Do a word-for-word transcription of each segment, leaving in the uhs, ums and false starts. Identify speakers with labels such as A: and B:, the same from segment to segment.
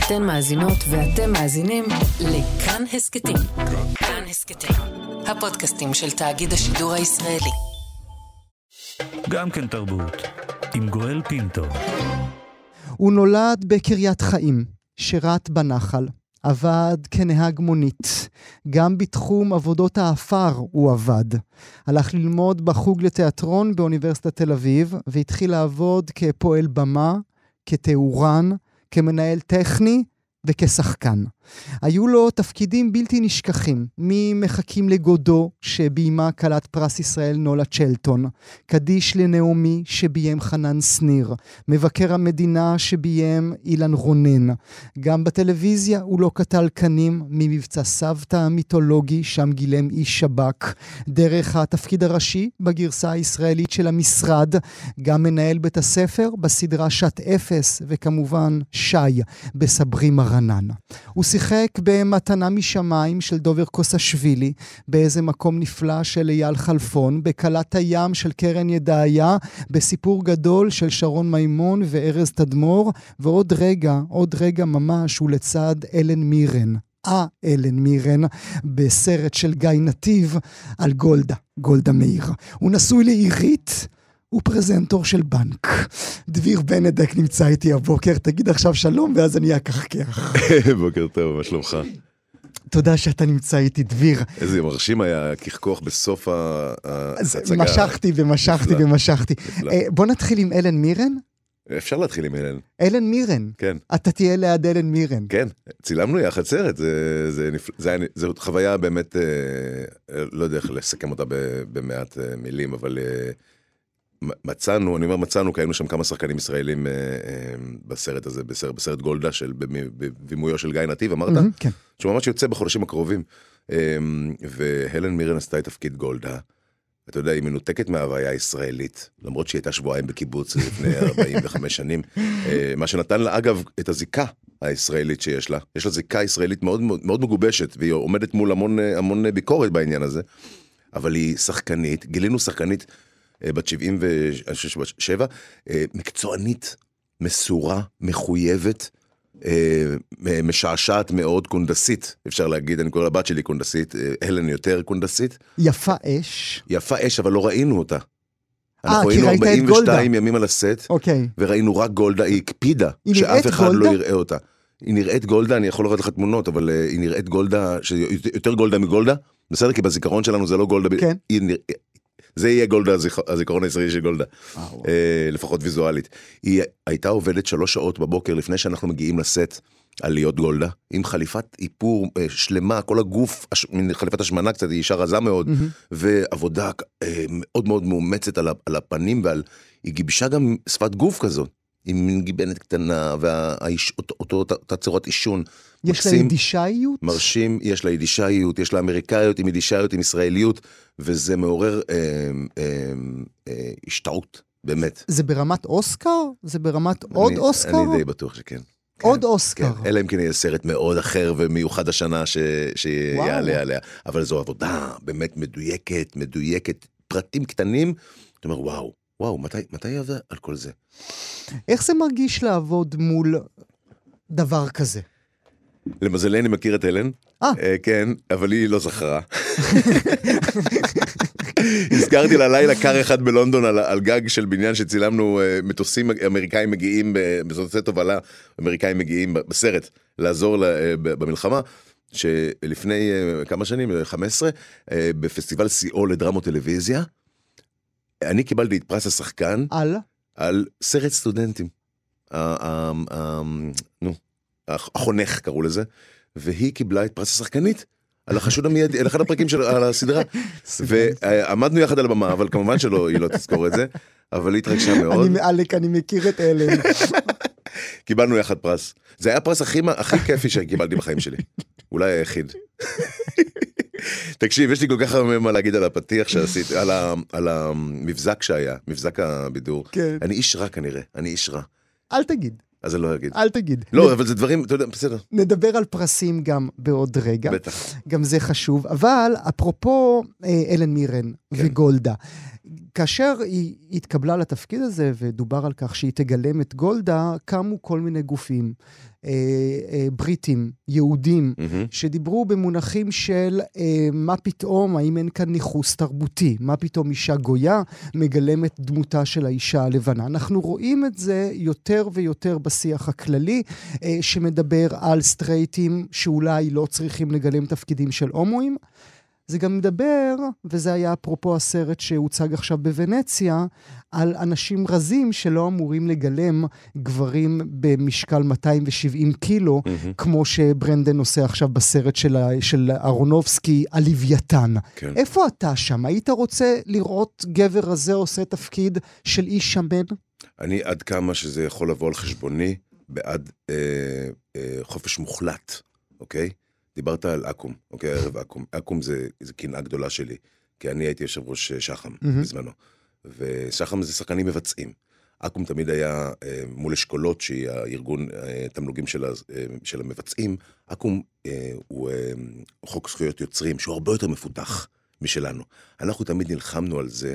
A: אתן מאזינות ואתם מאזינים לכאן הסקטים. כאן הסקטים, הפודקאסטים של תאגיד השידור הישראלי.
B: גם כן תרבות, עם גואל פינטו.
C: הוא נולד בקריית חיים, שירת בנחל, עבד כנהג מונית. גם בתחום עבודות האפר הוא עבד. הלך ללמוד בחוג לתיאטרון באוניברסיטת תל אביב, והתחיל לעבוד כפועל במה, כתאורן, כמנהל טכני וכשחקן. היו לו תפקידים בלתי נשכחים, ממחכים לגודו שביימה קלת פרס ישראל נולה צ'לטון, קדיש לנעמי שביים חנן סניר, מבקר המדינה שביים אילן רונן. גם בטלוויזיה הוא לא קטל קנים, ממבצע סבתא המיתולוגי שם גילם איש שבק, דרך התפקיד הראשי בגרסה הישראלית של המשרד, גם מנהל בית הספר בסדרה שעת אפס, וכמובן שי בסברי מרנן. הוא שיחק במתנה משמיים של דובר קוסשווילי, באיזה מקום נפלא של אייל חלפון, בקלת הים של קרן ידעיה, בסיפור גדול של שרון מימון וארז תדמור, ועוד רגע, עוד רגע ממש, הוא לצד אלן מירן. אה, אלן מירן, בסרט של גיא נתיב על גולדה, גולדה מאיר. הוא נשוי לעירית, הוא פרזנטור של בנק. דביר בנדק נמצא איתי הבוקר, תגיד עכשיו שלום ואז אני אקחקח.
D: בוקר טוב, מה שלומך?
C: תודה שאתה נמצא איתי, דביר.
D: איזה מרשים היה כחכוח בסוף ההצגה.
C: משכתי ומשכתי ומשכתי. בוא נתחיל עם אלן מירן.
D: אפשר להתחיל עם אלן.
C: אלן מירן.
D: כן.
C: אתה תהיה ליד אלן מירן.
D: כן, צילמנו יחד סרט, זו חוויה באמת, לא יודע איך לסכם אותה במעט מילים, אבל מצאנו, אני אומר מצאנו, כי היינו שם כמה שחקנים ישראלים בסרט הזה, בסרט גולדה, בבימויו של גיא נתיב, אמרת?
C: כן.
D: שהוא ממש יוצא בחודשים הקרובים, והלן מירן עשתה את תפקיד גולדה, אתה יודע, היא מנותקת מההוויה הישראלית, למרות שהיא הייתה שבועיים בקיבוץ לפני ארבעים וחמש שנים, מה שנתן לה, אגב, את הזיקה הישראלית שיש לה. יש לה זיקה ישראלית מאוד, מאוד מגובשת, והיא עומדת מול המון, המון ביקורת בעניין הזה, אבל היא שחקנית, גילינו שחקנית בת שבעים ושבע, מקצוענית, מסורה, מחויבת, משעשעת מאוד, קונדסית, אפשר להגיד, אני קורא לבת שלי קונדסית, הלן יותר קונדסית.
C: יפה אש.
D: יפה אש, אבל לא ראינו אותה. אנחנו היינו ארבעים ושתיים ימים על הסט, וראינו רק גולדה, היא הקפידה, שאף אחד לא יראה אותה. היא נראית גולדה, אני יכול לראות לך תמונות, אבל היא נראית גולדה, יותר גולדה מגולדה, בסדר, כי בזיכרון שלנו זה לא גולדה,
C: כן.
D: זה יהיה גולדה, הזיכרון הישראלי של גולדה, לפחות ויזואלית. היא הייתה עובדת שלוש שעות בבוקר לפני שאנחנו מגיעים לסט על להיות גולדה, עם חליפת איפור שלמה, כל הגוף, חליפת השמנה קצת, היא אישה רזה מאוד, ועבודה מאוד מאוד מאומצת על הפנים, והיא גיבשה גם שפת גוף כזאת, עם מין גיבנת קטנה, ואותה צורת אישון.
C: יש לה יידישאיות?
D: מרשים, יש לה יידישאיות, יש לה אמריקאיות, עם יידישאיות, עם ישראליות, וזה מעורר אה, אה, אה, השתאות, באמת.
C: זה ברמת אוסקר? זה ברמת אני, עוד אוסקר?
D: אני די בטוח שכן.
C: עוד
D: כן,
C: אוסקר?
D: כן. אלא אם כן יהיה סרט מאוד אחר ומיוחד השנה ש, שיעלה עליה. אבל זו עבודה באמת מדויקת, מדויקת, פרטים קטנים, אתה אומר, וואו, וואו, מתי, מתי יעבוד על כל זה?
C: איך זה מרגיש לעבוד מול דבר כזה?
D: למזלי אני מכיר את אלן, כן, אבל היא לא זכרה. הזכרתי לה לילה קר אחד בלונדון על, על גג של בניין שצילמנו, מטוסים אמריקאים מגיעים, בסרטי תובלה, אמריקאים מגיעים בסרט, לעזור במלחמה, שלפני כמה שנים, חמש עשרה, בפסטיבל סיאול לדרמות טלוויזיה, אני קיבלתי את פרס השחקן,
C: על?
D: על סרט סטודנטים. נו. החונך קראו לזה, והיא קיבלה את פרס השחקנית, על החשוד המיידי, על אחד הפרקים של הסדרה, ועמדנו יחד על הבמה, אבל כמובן שלא, היא לא תזכור את זה, אבל היא התרגשה מאוד.
C: אני מעלק, אני מכיר את אלן.
D: קיבלנו יחד פרס. זה היה הפרס הכי, הכי כיפי שקיבלתי בחיים שלי. אולי היחיד. תקשיב, יש לי כל כך הרבה מה להגיד על הפתיח שעשית, על, ה, על המבזק שהיה, מבזק הבידור.
C: כן.
D: אני איש רע כנראה, אני איש רע.
C: אל תגיד.
D: אז אני לא אגיד.
C: אל תגיד.
D: לא,
C: נ...
D: אבל זה דברים, אתה יודע, בסדר.
C: נדבר על פרסים גם בעוד רגע.
D: בטח.
C: גם זה חשוב. אבל אפרופו אלן מירן
D: כן.
C: וגולדה, כאשר היא התקבלה לתפקיד הזה, ודובר על כך שהיא תגלם את גולדה, קמו כל מיני גופים, אה, אה, בריטים, יהודים, mm-hmm. שדיברו במונחים של אה, מה פתאום, האם אין כאן ניחוס תרבותי, מה פתאום אישה גויה מגלמת דמותה של האישה הלבנה. אנחנו רואים את זה יותר ויותר בשיח הכללי, אה, שמדבר על סטרייטים שאולי לא צריכים לגלם תפקידים של הומואים, זה גם מדבר, וזה היה אפרופו הסרט שהוצג עכשיו בוונציה, על אנשים רזים שלא אמורים לגלם גברים במשקל מאתיים ושבעים קילו, mm-hmm. כמו שברנדן עושה עכשיו בסרט של, של אהרונובסקי, הלוויתן. כן. איפה אתה שם? היית רוצה לראות גבר רזה עושה תפקיד של איש שמן?
D: אני עד כמה שזה יכול לבוא על חשבוני, בעד אה, אה, חופש מוחלט, אוקיי? דיברת על אקום, אוקיי, ערב אקום. אקום זה, זה קנאה גדולה שלי, כי אני הייתי יושב ראש שחם mm-hmm. בזמנו, ושחם זה שחקנים מבצעים. אקום תמיד היה אה, מול אשכולות, שהיא הארגון אה, תמלוגים של, אה, של המבצעים. אקום אה, הוא אה, חוק זכויות יוצרים, שהוא הרבה יותר מפותח משלנו. אנחנו תמיד נלחמנו על זה,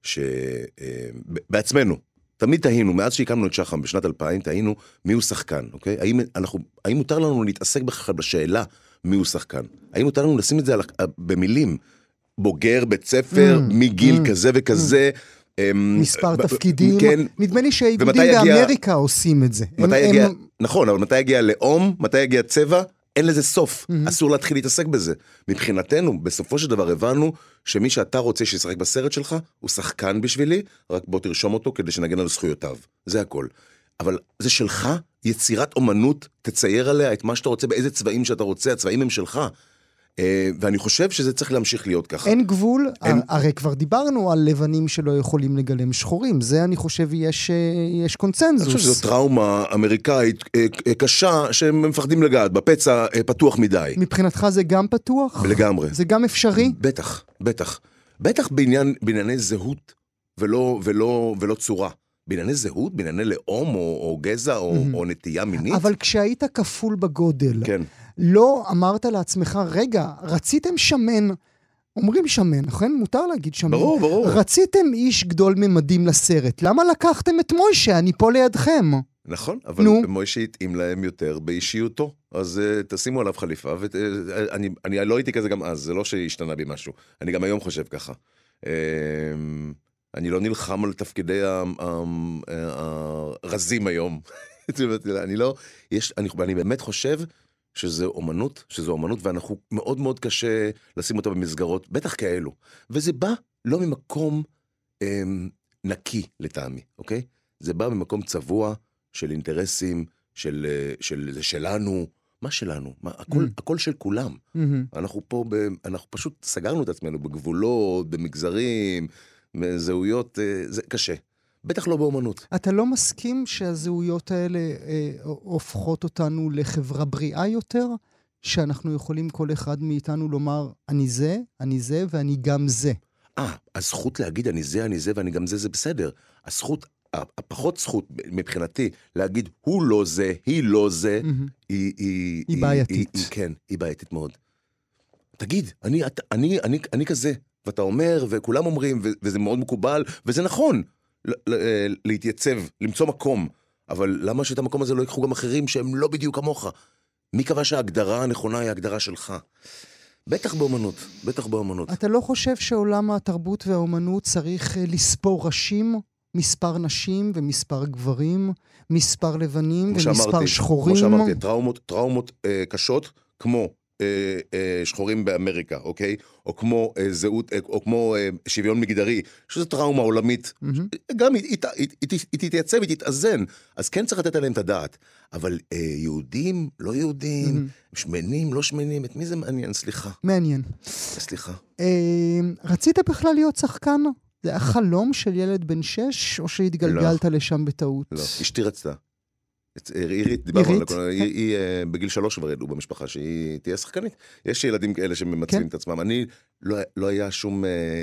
D: שבעצמנו, אה, תמיד תהינו, מאז שהקמנו את שחם בשנת אלפיים, תהינו מי הוא שחקן, אוקיי? האם, אנחנו, האם מותר לנו להתעסק בכלל בשאלה מי הוא שחקן? האם מותר לנו לשים את זה על, במילים? בוגר, בית ספר, mm, מגיל mm, כזה וכזה. Mm.
C: מספר ב- תפקידים. כן. נדמה לי שהאיגודים באמריקה עושים את זה.
D: מתי
C: הם,
D: יגיע,
C: הם...
D: נכון, אבל מתי יגיע לאום, מתי יגיע צבע, אין לזה סוף. Mm-hmm. אסור להתחיל להתעסק בזה. מבחינתנו, בסופו של דבר הבנו שמי שאתה רוצה שישחק בסרט שלך, הוא שחקן בשבילי, רק בוא תרשום אותו כדי שנגן על זכויותיו. זה הכל. אבל זה שלך, יצירת אומנות, תצייר עליה את מה שאתה רוצה, באיזה צבעים שאתה רוצה, הצבעים הם שלך. ואני חושב שזה צריך להמשיך להיות ככה.
C: אין גבול, אין... הרי כבר דיברנו על לבנים שלא יכולים לגלם שחורים, זה אני חושב יש, יש קונצנזוס.
D: אני חושב שזו טראומה אמריקאית קשה, שהם מפחדים לגעת, בפצע פתוח מדי.
C: מבחינתך זה גם פתוח?
D: לגמרי.
C: זה גם אפשרי?
D: בטח, בטח. בטח בעניין, בענייני זהות ולא, ולא, ולא צורה. בענייני זהות, בענייני לאום או, או גזע או, mm-hmm. או נטייה מינית.
C: אבל כשהיית כפול בגודל,
D: כן.
C: לא אמרת לעצמך, רגע, רציתם שמן, אומרים שמן, נכון? מותר להגיד שמן.
D: ברור, ברור.
C: רציתם איש גדול ממדים לסרט, למה לקחתם את מוישה? אני פה לידכם.
D: נכון, אבל נו. מוישה התאים להם יותר באישיותו, אז uh, תשימו עליו חליפה, ואני אני לא הייתי כזה גם אז, זה לא שהשתנה בי משהו, אני גם היום חושב ככה. Uh, אני לא נלחם על תפקידי הרזים היום. אני לא, יש, אני, אני באמת חושב שזה אומנות, שזו אומנות, ואנחנו מאוד מאוד קשה לשים אותה במסגרות, בטח כאלו. וזה בא לא ממקום אה, נקי לטעמי, אוקיי? זה בא ממקום צבוע של אינטרסים, של, של, זה שלנו, מה שלנו? מה, הכל, mm. הכל של כולם. Mm-hmm. אנחנו פה, ב, אנחנו פשוט סגרנו את עצמנו בגבולות, במגזרים, זהויות, זה קשה. בטח לא באומנות.
C: אתה לא מסכים שהזהויות האלה אה, הופכות אותנו לחברה בריאה יותר? שאנחנו יכולים כל אחד מאיתנו לומר, אני זה, אני זה ואני גם זה.
D: אה, הזכות להגיד אני זה, אני זה ואני גם זה, זה בסדר. הזכות, הפחות זכות מבחינתי, להגיד הוא לא זה, היא לא זה,
C: mm-hmm.
D: היא, היא,
C: היא בעייתית.
D: היא, היא, כן, היא בעייתית מאוד. תגיד, אני, אני, אני, אני כזה. ואתה אומר, וכולם אומרים, וזה מאוד מקובל, וזה נכון, להתייצב, למצוא מקום, אבל למה שאת המקום הזה לא ייקחו גם אחרים שהם לא בדיוק כמוך? מי קבע שההגדרה הנכונה היא ההגדרה שלך? בטח באומנות, בטח באומנות.
C: אתה לא חושב שעולם התרבות והאומנות צריך לספור ראשים, מספר נשים ומספר גברים, מספר לבנים ומספר שחורים?
D: כמו שאמרתי, טראומות, טראומות אה, קשות, כמו אה, אה, שחורים באמריקה, אוקיי? או כמו אה, זהות, אה, או כמו אה, שוויון מגדרי, שזו טראומה עולמית, mm-hmm. גם היא, היא, היא, היא, היא תתייצב, היא תתאזן, אז כן צריך לתת עליהם את הדעת, אבל אה, יהודים, לא יהודים, mm-hmm. שמנים, לא שמנים, את מי זה מעניין? סליחה.
C: מעניין.
D: סליחה.
C: אה, רצית בכלל להיות שחקן? זה היה חלום של ילד בן שש, או שהתגלגלת לא. לשם בטעות?
D: לא, אשתי רצתה. עירית, דיברנו על הכל, היא בגיל שלוש כבר ידעו במשפחה שהיא תהיה שחקנית. יש ילדים כאלה שממצבים את עצמם. אני, לא היה שום,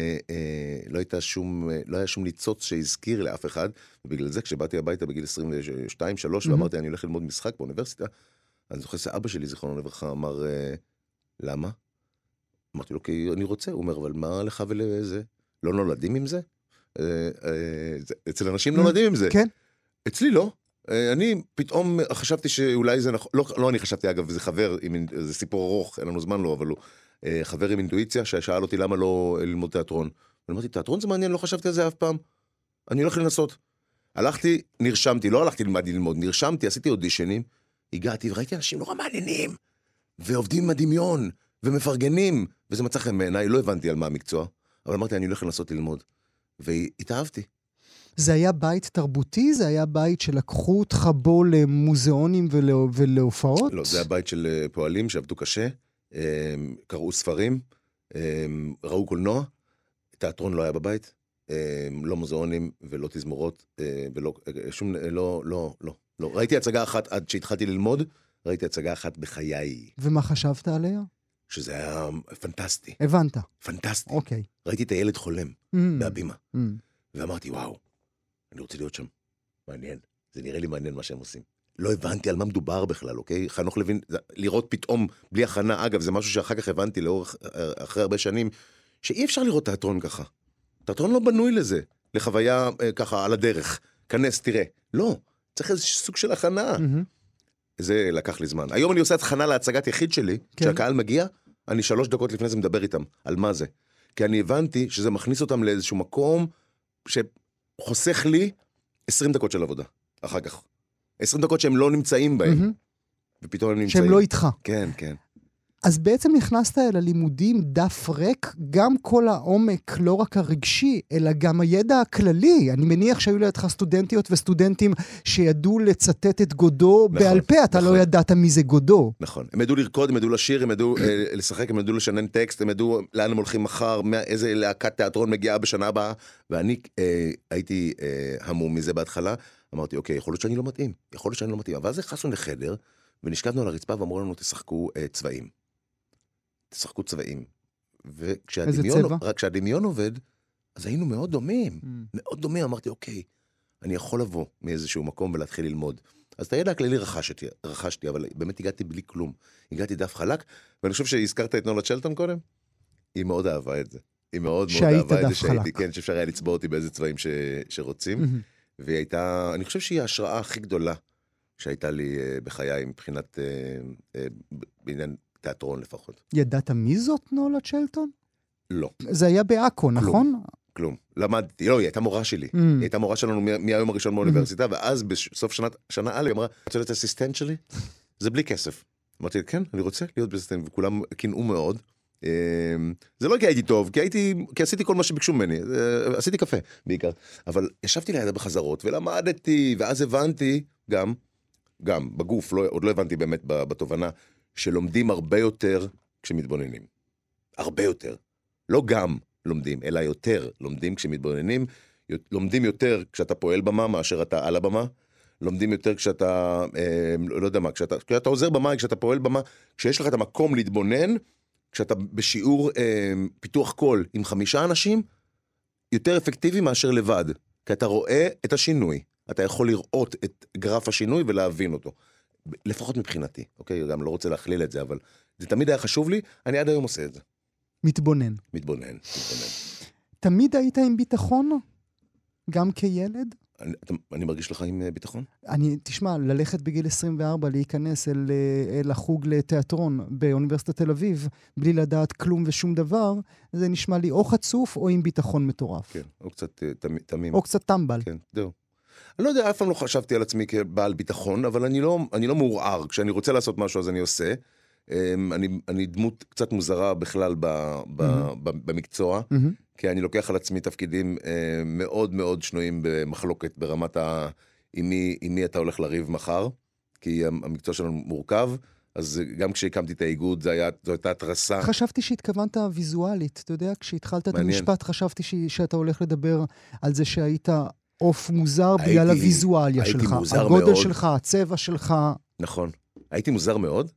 D: לא הייתה שום, לא היה שום ניצוץ שהזכיר לאף אחד, ובגלל זה כשבאתי הביתה בגיל עשרים ושתיים שלוש, ואמרתי, אני הולך ללמוד משחק באוניברסיטה, אני זוכר שאבא שלי, זיכרונו לברכה, אמר, למה? אמרתי לו, כי אני רוצה. הוא אומר, אבל מה לך ולזה? לא נולדים עם זה? אצל אנשים נולדים עם זה.
C: כן.
D: אצלי לא. אני פתאום חשבתי שאולי זה נכון, לא, לא אני חשבתי אגב, זה חבר, זה סיפור ארוך, אין לנו זמן לו, אבל הוא חבר עם אינטואיציה, ששאל אותי למה לא ללמוד תיאטרון. ואני אמרתי, תיאטרון זה מעניין, לא חשבתי על זה אף פעם. אני הולך לנסות. הלכתי, נרשמתי, לא הלכתי ללמד ללמוד, נרשמתי, עשיתי אודישנים, הגעתי וראיתי אנשים נורא מעניינים, ועובדים עם הדמיון, ומפרגנים, וזה מצא חן בעיניי, לא הבנתי על מה המקצוע, אבל אמרתי, אני הולך לנסות ללמוד. והתאהבתי.
C: זה היה בית תרבותי? זה היה בית שלקחו אותך בו למוזיאונים ולא, ולהופעות?
D: לא, זה היה בית של פועלים שעבדו קשה, קראו ספרים, ראו קולנוע, תיאטרון לא היה בבית, לא מוזיאונים ולא תזמורות, ולא, שום, לא, לא, לא, לא. ראיתי הצגה אחת עד שהתחלתי ללמוד, ראיתי הצגה אחת בחיי.
C: ומה חשבת עליה?
D: שזה היה פנטסטי.
C: הבנת.
D: פנטסטי.
C: אוקיי.
D: ראיתי את הילד חולם,
C: Mm.
D: בהבימה.
C: Mm.
D: ואמרתי, וואו, אני רוצה להיות שם. מעניין. זה נראה לי מעניין מה שהם עושים. לא הבנתי על מה מדובר בכלל, אוקיי? חנוך לוין, לראות פתאום בלי הכנה, אגב, זה משהו שאחר כך הבנתי לאורך, אחרי הרבה שנים, שאי אפשר לראות תיאטרון ככה. תיאטרון לא בנוי לזה, לחוויה ככה על הדרך. כנס, תראה. לא, צריך איזה סוג של הכנה.
C: Mm-hmm.
D: זה לקח לי זמן. היום אני עושה הכנה להצגת יחיד שלי,
C: כן.
D: כשהקהל מגיע, אני שלוש דקות לפני זה מדבר איתם, על מה זה. כי אני הבנתי שזה מכניס אותם לאיזשהו מקום, שחוסך לי עשרים דקות של עבודה, אחר כך. עשרים דקות שהם לא נמצאים בהם,
C: Mm-hmm.
D: ופתאום הם נמצאים.
C: שהם לא איתך.
D: כן, כן.
C: אז בעצם נכנסת אל הלימודים דף ריק, גם כל העומק, לא רק הרגשי, אלא גם הידע הכללי. אני מניח שהיו לידך סטודנטיות וסטודנטים שידעו לצטט את גודו נכון, בעל פה, אתה נכון. לא ידעת מי זה גודו.
D: נכון. הם ידעו לרקוד, הם ידעו לשיר, הם ידעו אה, לשחק, הם ידעו לשנן טקסט, הם ידעו לאן הם הולכים מחר, איזה להקת תיאטרון מגיעה בשנה הבאה, ואני אה, הייתי אה, המום מזה בהתחלה, אמרתי, אוקיי, יכול להיות שאני לא מתאים, יכול להיות שאני לא מתאים. אבל אז נכנסנו לחדר, ונשכבנו על הרצפה ואמרו לנו, תשחקו אה, צבעים. תשחקו צבעים. וכשהדמיון, רק כשהדמיון עובד, אז היינו מאוד דומים. Mm. מאוד דומים, אמרתי, אוקיי, אני יכול לבוא מאיזשהו מקום ולהתחיל ללמוד. אז את הידע הכללי רכשתי, רכשתי, אבל באמת הגעתי בלי כלום. הגעתי דף חלק, ואני חושב שהזכרת את נולד שלטון קודם, היא מאוד אהבה את זה. היא מאוד מאוד אהבה את זה שהייתי, כן, שאפשר היה לצבוע אותי באיזה צבעים ש... שרוצים. Mm-hmm. והיא הייתה, אני חושב שהיא ההשראה הכי גדולה שהייתה לי בחיי מבחינת בעניין תיאטרון לפחות.
C: ידעת מי זאת נולד שלטון?
D: לא.
C: זה היה באקו, נכון?
D: כלום. למדתי, לא, היא הייתה מורה שלי. Mm. היא הייתה מורה שלנו מהיום הראשון באוניברסיטה, ואז בסוף שנה, שנה א', היא אמרה, רוצה להיות אסיסטנט שלי? זה בלי כסף. אמרתי, כן, אני רוצה להיות אסיסטנט, וכולם קינאו מאוד. זה לא כי הייתי טוב, כי הייתי, כי עשיתי כל מה שביקשו ממני, עשיתי קפה בעיקר. אבל ישבתי לידה בחזרות, ולמדתי, ואז הבנתי גם, גם בגוף, לא, עוד לא הבנתי באמת בתובנה, שלומדים הרבה יותר כשמתבוננים. הרבה יותר. לא גם לומדים, אלא יותר לומדים כשמתבוננים. לומדים יותר כשאתה פועל במה, מאשר אתה על הבמה. לומדים יותר כשאתה, אה, לא יודע מה, כשאתה, כשאתה עוזר במה, כשאתה פועל במה, כשיש לך את המקום להתבונן, כשאתה בשיעור אה, פיתוח קול עם חמישה אנשים, יותר אפקטיבי מאשר לבד. כי אתה רואה את השינוי. אתה יכול לראות את גרף השינוי ולהבין אותו. לפחות מבחינתי, אוקיי? גם לא רוצה להכליל את זה, אבל זה תמיד היה חשוב לי, אני עד היום עושה את זה.
C: מתבונן.
D: מתבונן, מתבונן.
C: תמיד היית עם ביטחון? גם כילד?
D: אני, אני מרגיש לך עם ביטחון?
C: אני, תשמע, ללכת בגיל עשרים וארבע, להיכנס אל, אל החוג לתיאטרון באוניברסיטת תל אביב, בלי לדעת כלום ושום דבר, זה נשמע לי או חצוף או עם ביטחון מטורף.
D: כן, או קצת תמים.
C: או קצת טמבל.
D: כן, זהו. אני לא יודע, אף פעם לא חשבתי על עצמי כבעל ביטחון, אבל אני לא, אני לא מעורער. כשאני רוצה לעשות משהו, אז אני עושה. אני, אני דמות קצת מוזרה בכלל ב, ב, mm-hmm. במקצוע, mm-hmm. כי אני לוקח על עצמי תפקידים מאוד מאוד שנויים במחלוקת ברמת ה... עם מי, עם מי אתה הולך לריב מחר, כי המקצוע שלנו מורכב, אז גם כשהקמתי את האיגוד, זו הייתה התרסה.
C: חשבתי שהתכוונת ויזואלית, אתה יודע, כשהתחלת את המשפט, חשבתי ש, שאתה הולך לדבר על זה שהיית... אוף מוזר בגלל הוויזואליה שלך, הגודל שלך, הצבע שלך.
D: נכון, הייתי מוזר מאוד,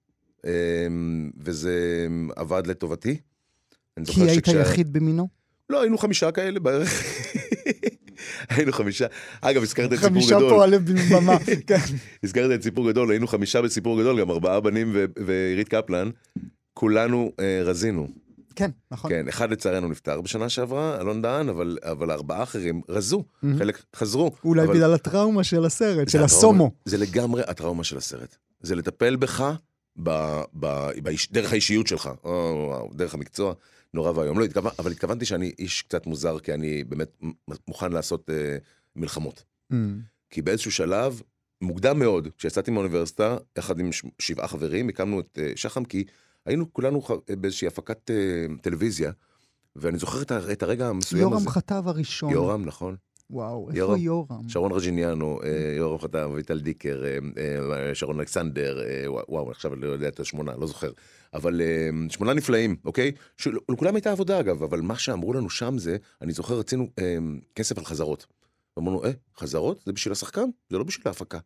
D: וזה עבד לטובתי.
C: כי היית יחיד במינו?
D: לא, היינו חמישה כאלה בערך. היינו חמישה. אגב, הזכרת את סיפור גדול.
C: חמישה פועלי במה.
D: הזכרת את סיפור גדול, היינו חמישה בסיפור גדול, גם ארבעה בנים ועירית קפלן. כולנו רזינו.
C: כן, נכון.
D: כן, אחד לצערנו נפטר בשנה שעברה, אלון דהן, אבל, אבל ארבעה אחרים רזו, mm-hmm. חלק חזרו.
C: אולי
D: אבל...
C: בגלל הטראומה של הסרט, של
D: הטראומה,
C: הסומו.
D: זה לגמרי הטראומה של הסרט. זה לטפל בך, ב, ב, ב, דרך האישיות שלך, או, דרך המקצוע, נורא והיום. לא, התכוון, אבל התכוונתי שאני איש קצת מוזר, כי אני באמת מוכן לעשות אה, מלחמות. Mm. כי באיזשהו שלב, מוקדם מאוד, כשיצאתי מהאוניברסיטה, יחד עם שבעה חברים, הקמנו את uh, שחם, כי היינו כולנו באיזושהי הפקת uh, טלוויזיה, ואני זוכר את, את הרגע המסוים הזה.
C: יורם חטב הראשון.
D: יורם, נכון.
C: וואו, איפה יורם? יורם?
D: שרון רג'יניאנו, uh, יורם חטב, ויטל דיקר, uh, uh, שרון אלכסנדר, uh, וואו, עכשיו אני לא יודע את השמונה, לא זוכר. אבל uh, שמונה נפלאים, אוקיי? לכולם הייתה עבודה אגב, אבל מה שאמרו לנו שם זה, אני זוכר, רצינו uh, כסף על חזרות. אמרנו, אה, חזרות? זה בשביל השחקן? זה לא בשביל ההפקה.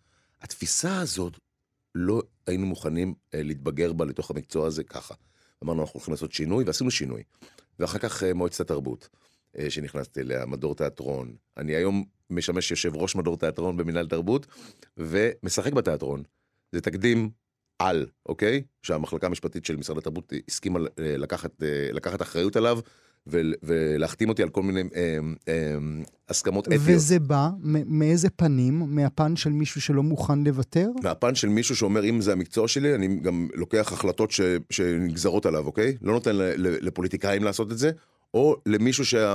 D: התפיסה הזאת, לא היינו מוכנים אה, להתבגר בה לתוך המקצוע הזה ככה. אמרנו, אנחנו הולכים לעשות שינוי, ועשינו שינוי. ואחר כך אה, מועצת התרבות, אה, שנכנסתי אליה, מדור תיאטרון. אני היום משמש יושב ראש מדור תיאטרון במנהל תרבות, ומשחק בתיאטרון. זה תקדים על, אוקיי? שהמחלקה המשפטית של משרד התרבות הסכימה אה, לקחת, אה, לקחת אחריות עליו, ולהחתים אותי על כל מיני אה, אה, הסכמות אתיות.
C: וזה בא מאיזה פנים? מהפן של מישהו שלא מוכן לוותר?
D: מהפן של מישהו שאומר, אם זה המקצוע שלי, אני גם לוקח החלטות ש, שנגזרות עליו, אוקיי? לא נותן לפוליטיקאים לעשות את זה, או למישהו שה,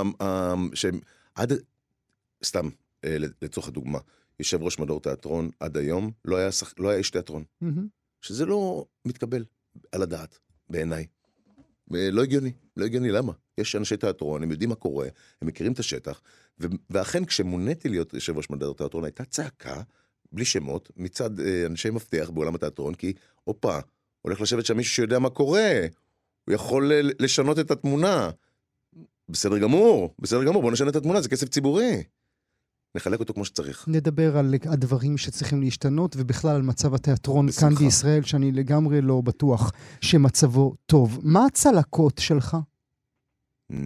D: שעד, סתם, לצורך הדוגמה, יושב ראש מדור תיאטרון עד היום, לא היה, לא היה איש תיאטרון. Mm-hmm. שזה לא מתקבל על הדעת, בעיניי. לא הגיוני, לא הגיוני, למה? יש אנשי תיאטרון, הם יודעים מה קורה, הם מכירים את השטח, ו- ואכן כשמוניתי להיות יושב ראש מדור תיאטרון, הייתה צעקה, בלי שמות, מצד אה, אנשי מפתח בעולם התיאטרון, כי, אופה, הולך לשבת שם מישהו שיודע מה קורה, הוא יכול ל- לשנות את התמונה. בסדר גמור, בסדר גמור, בוא נשנה את התמונה, זה כסף ציבורי. נחלק אותו כמו שצריך.
C: נדבר על הדברים שצריכים להשתנות, ובכלל על מצב התיאטרון בשמחה. כאן בישראל, שאני לגמרי לא בטוח שמצבו טוב. מה הצלקות שלך?
D: Mm,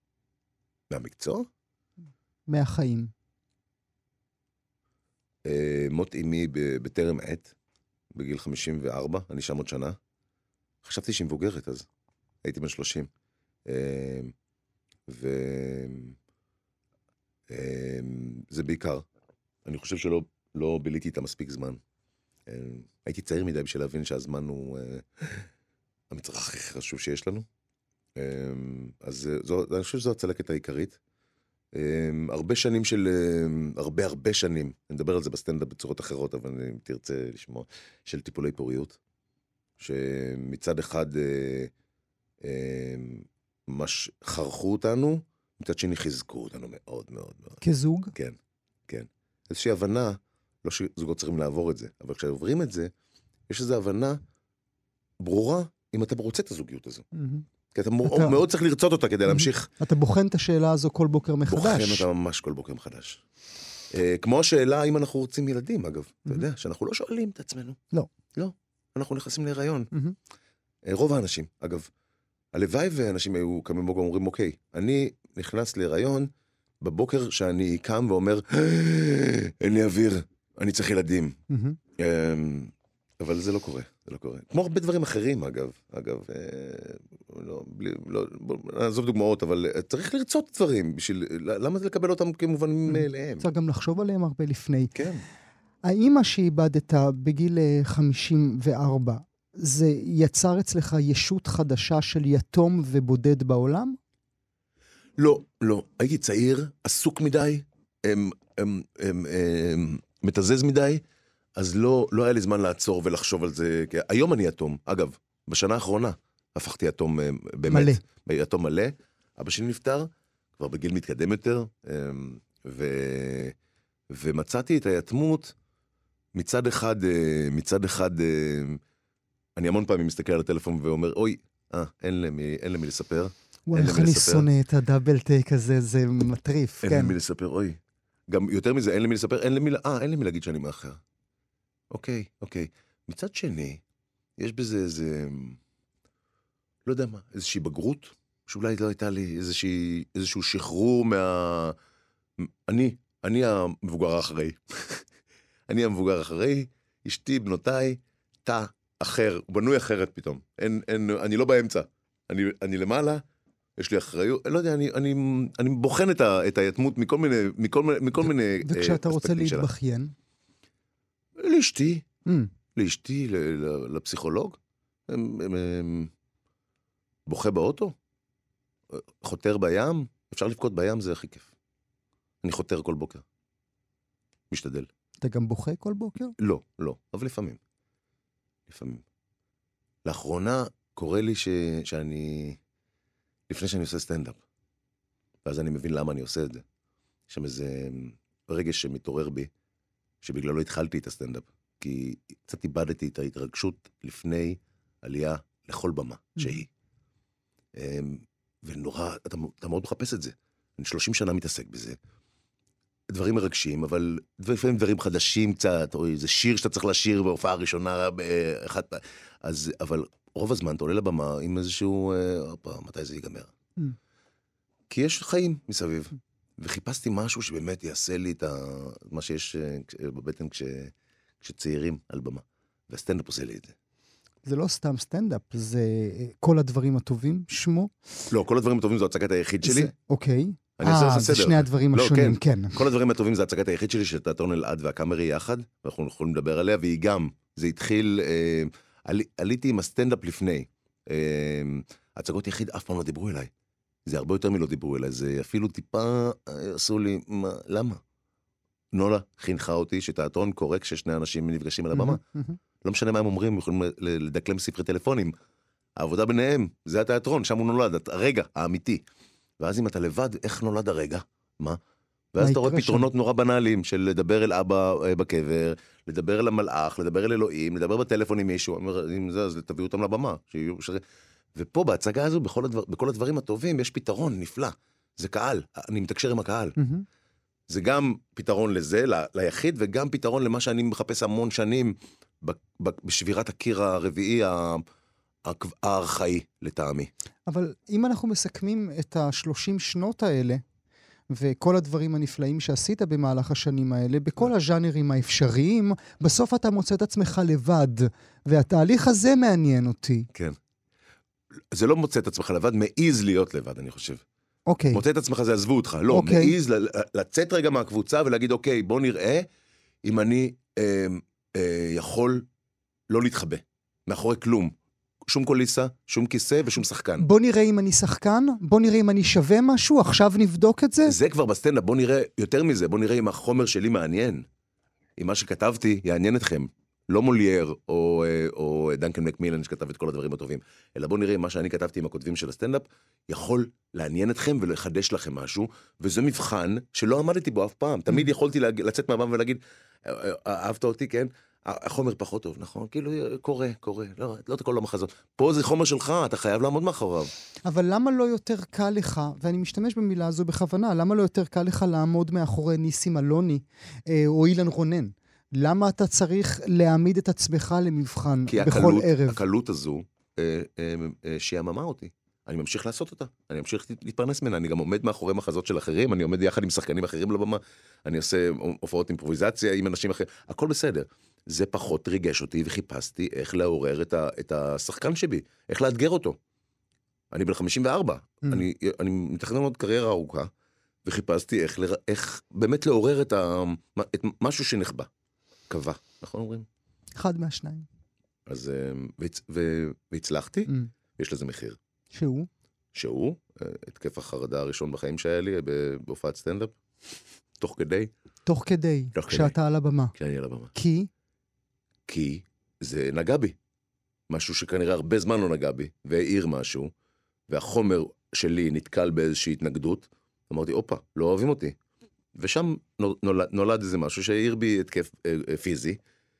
D: מהמקצוע?
C: מהחיים.
D: Uh, מות אימי בטרם עת, בגיל חמישים וארבע, אני שם עוד שנה. חשבתי שהיא מבוגרת אז, הייתי בן שלושים. Uh, ו... זה בעיקר. אני חושב שלא לא ביליתי איתה מספיק זמן. הייתי צעיר מדי בשביל להבין שהזמן הוא המצרך הכי חשוב שיש לנו. אז זו, אני חושב שזו הצלקת העיקרית. הרבה שנים של, הרבה הרבה שנים, אני מדבר על זה בסטנדאפ בצורות אחרות, אבל אני תרצה לשמוע, של טיפולי פוריות, שמצד אחד ממש חרכו אותנו, מצד שני חיזקו אותנו מאוד מאוד מאוד.
C: כזוג?
D: כן, כן. איזושהי הבנה, לא שזוגות צריכים לעבור את זה, אבל כשעוברים את זה, יש איזו הבנה ברורה, אם אתה רוצה את הזוגיות הזו. Mm-hmm. כי אתה, אתה מאוד צריך לרצות אותה כדי mm-hmm. להמשיך.
C: אתה בוחן את השאלה הזו כל בוקר מחדש.
D: בוחן אותה ממש כל בוקר מחדש. אה, כמו השאלה אם אנחנו רוצים ילדים, אגב. Mm-hmm. אתה יודע, שאנחנו לא שואלים את עצמנו.
C: לא.
D: לא. אנחנו נכנסים להיריון.
C: Mm-hmm.
D: אה, רוב האנשים, אגב. הלוואי ואנשים היו קמים בוקר ואומרים, אוקיי, אני נכנס להיריון בבוקר שאני קם ואומר, אין לי אוויר, אני צריך ילדים. Mm-hmm. אבל זה לא קורה, זה לא קורה. כמו הרבה דברים אחרים, אגב. אגב, לא, בלי, לא, נעזוב דוגמאות, אבל צריך לרצות דברים, בשביל, למה זה לקבל אותם כמובן מאליהם?
C: צריך גם לחשוב עליהם הרבה לפני.
D: כן.
C: האמא שאיבדת בגיל חמישים וארבע, זה יצר אצלך ישות חדשה של יתום ובודד בעולם?
D: לא, לא. הייתי צעיר, עסוק מדי, הם, הם, הם, הם, מתזז מדי, אז לא, לא היה לי זמן לעצור ולחשוב על זה. היום אני יתום. אגב, בשנה האחרונה הפכתי יתום באמת. מלא. יתום מלא. אבא שלי נפטר, כבר בגיל מתקדם יותר, ו, ומצאתי את היתמות מצד אחד, מצד אחד, אני המון פעמים מסתכל על הטלפון ואומר, אוי, אה, אין למי, אין למי לספר.
C: וואי, איך אני שונא את הדאבל טייק הזה, זה מטריף,
D: אין
C: כן.
D: אין למי לספר, אוי. גם יותר מזה, אין למי לספר, אין למי, אה, אין למי להגיד שאני מאחר. אוקיי, אוקיי. מצד שני, יש בזה איזה, לא יודע מה, איזושהי בגרות, שאולי לא הייתה לי איזושהי, איזשהו שחרור מה... אני, אני המבוגר האחראי. אני המבוגר האחראי, אשתי, בנותיי, תא אחר, הוא בנוי אחרת פתאום. אין, אין, אני לא באמצע. אני, אני למעלה, יש לי אחריות, לא יודע, אני, אני, אני בוחן את, ה, את היתמות מכל מיני, מכל, מכל
C: ו-
D: מיני
C: וכשאתה רוצה
D: אספקטים
C: להתבכיין?
D: שלה. לאשתי,
C: Mm.
D: לאשתי, ל- ל- לפסיכולוג, הם, הם, הם, בוכה באוטו, חותר בים, אפשר לבכות בים, זה הכי כיף. אני חותר כל בוקר. משתדל.
C: אתה גם בוכה כל בוקר?
D: לא, לא, אבל לפעמים. לפעמים. לאחרונה קורה לי ש... שאני... לפני שאני עושה סטנדאפ. ואז אני מבין למה אני עושה את זה. יש שם איזה רגש שמתעורר בי, שבגללו התחלתי את הסטנדאפ. כי קצת איבדתי את ההתרגשות לפני עלייה לכל במה שהיא. ונורא, אתה, אתה מאוד מחפש את זה. אני שלושים שנה מתעסק בזה. דברים מרגשים, אבל לפעמים דברים חדשים קצת, או איזה שיר שאתה צריך לשיר בהופעה הראשונה, באחת, אז, אבל רוב הזמן אתה עולה לבמה עם איזשהו, אופה, מתי זה ייגמר? Mm. כי יש חיים מסביב. וחיפשתי משהו שבאמת יעשה לי את ה, מה שיש בבטן כש, כשצעירים על במה. והסטנדאפ עושה לי את זה.
C: זה לא סתם סטנדאפ, זה כל הדברים הטובים, שמו?
D: לא, כל הדברים הטובים זו הצגת היחיד שלי.
C: זה, אוקיי.
D: אני עושה
C: אה,
D: זה
C: זה שני הדברים
D: לא,
C: השונים,
D: כן.
C: כן.
D: כל הדברים הטובים זה הצגת היחיד שלי, של תיאטרון אלעד והקאמרי יחד, ואנחנו יכולים לדבר עליה, והיא גם, זה התחיל, אה, עלי, עליתי עם הסטנדאפ לפני. אה, הצגות יחיד אף פעם לא דיברו אליי. זה הרבה יותר מלא דיברו אליי, זה אפילו טיפה עשו לי, מה, למה? נולה חינכה אותי שתיאטרון קורה כששני אנשים נפגשים על הבמה. לא משנה מה הם אומרים, הם יכולים לדקלם ספרי טלפונים. העבודה ביניהם, זה התיאטרון, שם הוא נולד, הרגע האמיתי. ואז אם אתה לבד, איך נולד הרגע? מה? ואז אתה רואה פתרונות נורא בנאליים, של לדבר אל אבא בקבר, לדבר אל המלאך, לדבר אל אלוהים, לדבר בטלפון עם מישהו, אם זה, אז תביאו אותם לבמה. ופה, בהצגה הזו, בכל, הדבר, בכל הדברים הטובים, יש פתרון נפלא. זה קהל, אני מתקשר עם הקהל. זה גם פתרון לזה, ליחיד, וגם פתרון למה שאני מחפש המון שנים, בשבירת הקיר הרביעי, הארכאי, לטעמי.
C: אבל אם אנחנו מסכמים את השלושים שנות האלה, וכל הדברים הנפלאים שעשית במהלך השנים האלה, בכל הז'אנרים האפשריים, בסוף אתה מוצא את עצמך לבד, והתהליך הזה מעניין אותי.
D: כן. זה לא מוצא את עצמך לבד, מעיז להיות לבד, אני חושב.
C: אוקיי.
D: מוצא את עצמך, זה עזבו אותך. לא,
C: אוקיי.
D: מעיז לצאת רגע מהקבוצה ולהגיד, אוקיי, בוא נראה אם אני אה, אה, יכול לא להתחבא. מאחורי כלום. שום קוליסה, שום כיסא ושום שחקן.
C: בוא נראה אם אני שחקן, בוא נראה אם אני שווה משהו, עכשיו נבדוק את זה.
D: זה כבר בסטנדאפ, בוא נראה יותר מזה, בוא נראה אם החומר שלי מעניין. אם מה שכתבתי יעניין אתכם. לא מולייר או, או דנקן מקמילן שכתב את כל הדברים הטובים, אלא בוא נראה אם מה שאני כתבתי עם הכותבים של הסטנדאפ, יכול לעניין אתכם ולחדש לכם משהו, וזה מבחן שלא עמדתי בו אף פעם. תמיד יכולתי לצאת מהבמה ולהגיד, אהבת אותי, כן? החומר פחות טוב, נכון? כאילו, קורה, קורה, לא, לא את כל המחזות. פה זה חומר שלך, אתה חייב לעמוד מאחוריו.
C: אבל למה לא יותר קל לך, ואני משתמש במילה הזו בכוונה, למה לא יותר קל לך לעמוד מאחורי ניסים אלוני, או אילן רונן? למה אתה צריך להעמיד את עצמך למבחן בכל
D: הקלות,
C: ערב?
D: כי הקלות הזו אה, אה, אה, שיממה אותי. אני ממשיך לעשות אותה. אני ממשיך להתפרנס ממנה. אני גם עומד מאחורי מחזות של אחרים, אני עומד יחד עם שחקנים אחרים לבמה, אני עושה הופעות אימפרוביזציה עם אנשים אחרים. הכל בסדר. זה פחות ריגש אותי וחיפשתי איך לעורר את, ה, את השחקן שבי, איך לאתגר אותו. אני בן חמישים וארבע, mm. אני, אני מתכנן עוד קריירה ארוכה, וחיפשתי איך, איך באמת לעורר את, ה, את משהו שנחבא. קבע, נכון אומרים?
C: אחד מהשניים.
D: אז, והצ, ו, והצלחתי, mm. יש לזה מחיר.
C: שהוא?
D: שהוא, התקף החרדה הראשון בחיים שהיה לי, בהופעת סטנדאפ, תוך כדי.
C: תוך כדי,
D: תוך
C: כשאתה
D: כדי.
C: על הבמה.
D: כשאני על הבמה.
C: כי?
D: כי זה נגע בי. משהו שכנראה הרבה זמן לא נגע בי, והעיר משהו, והחומר שלי נתקל באיזושהי התנגדות, אמרתי, אופה, לא אוהבים אותי. ושם נולד, נולד איזה משהו שהעיר בי התקף אה, פיזי,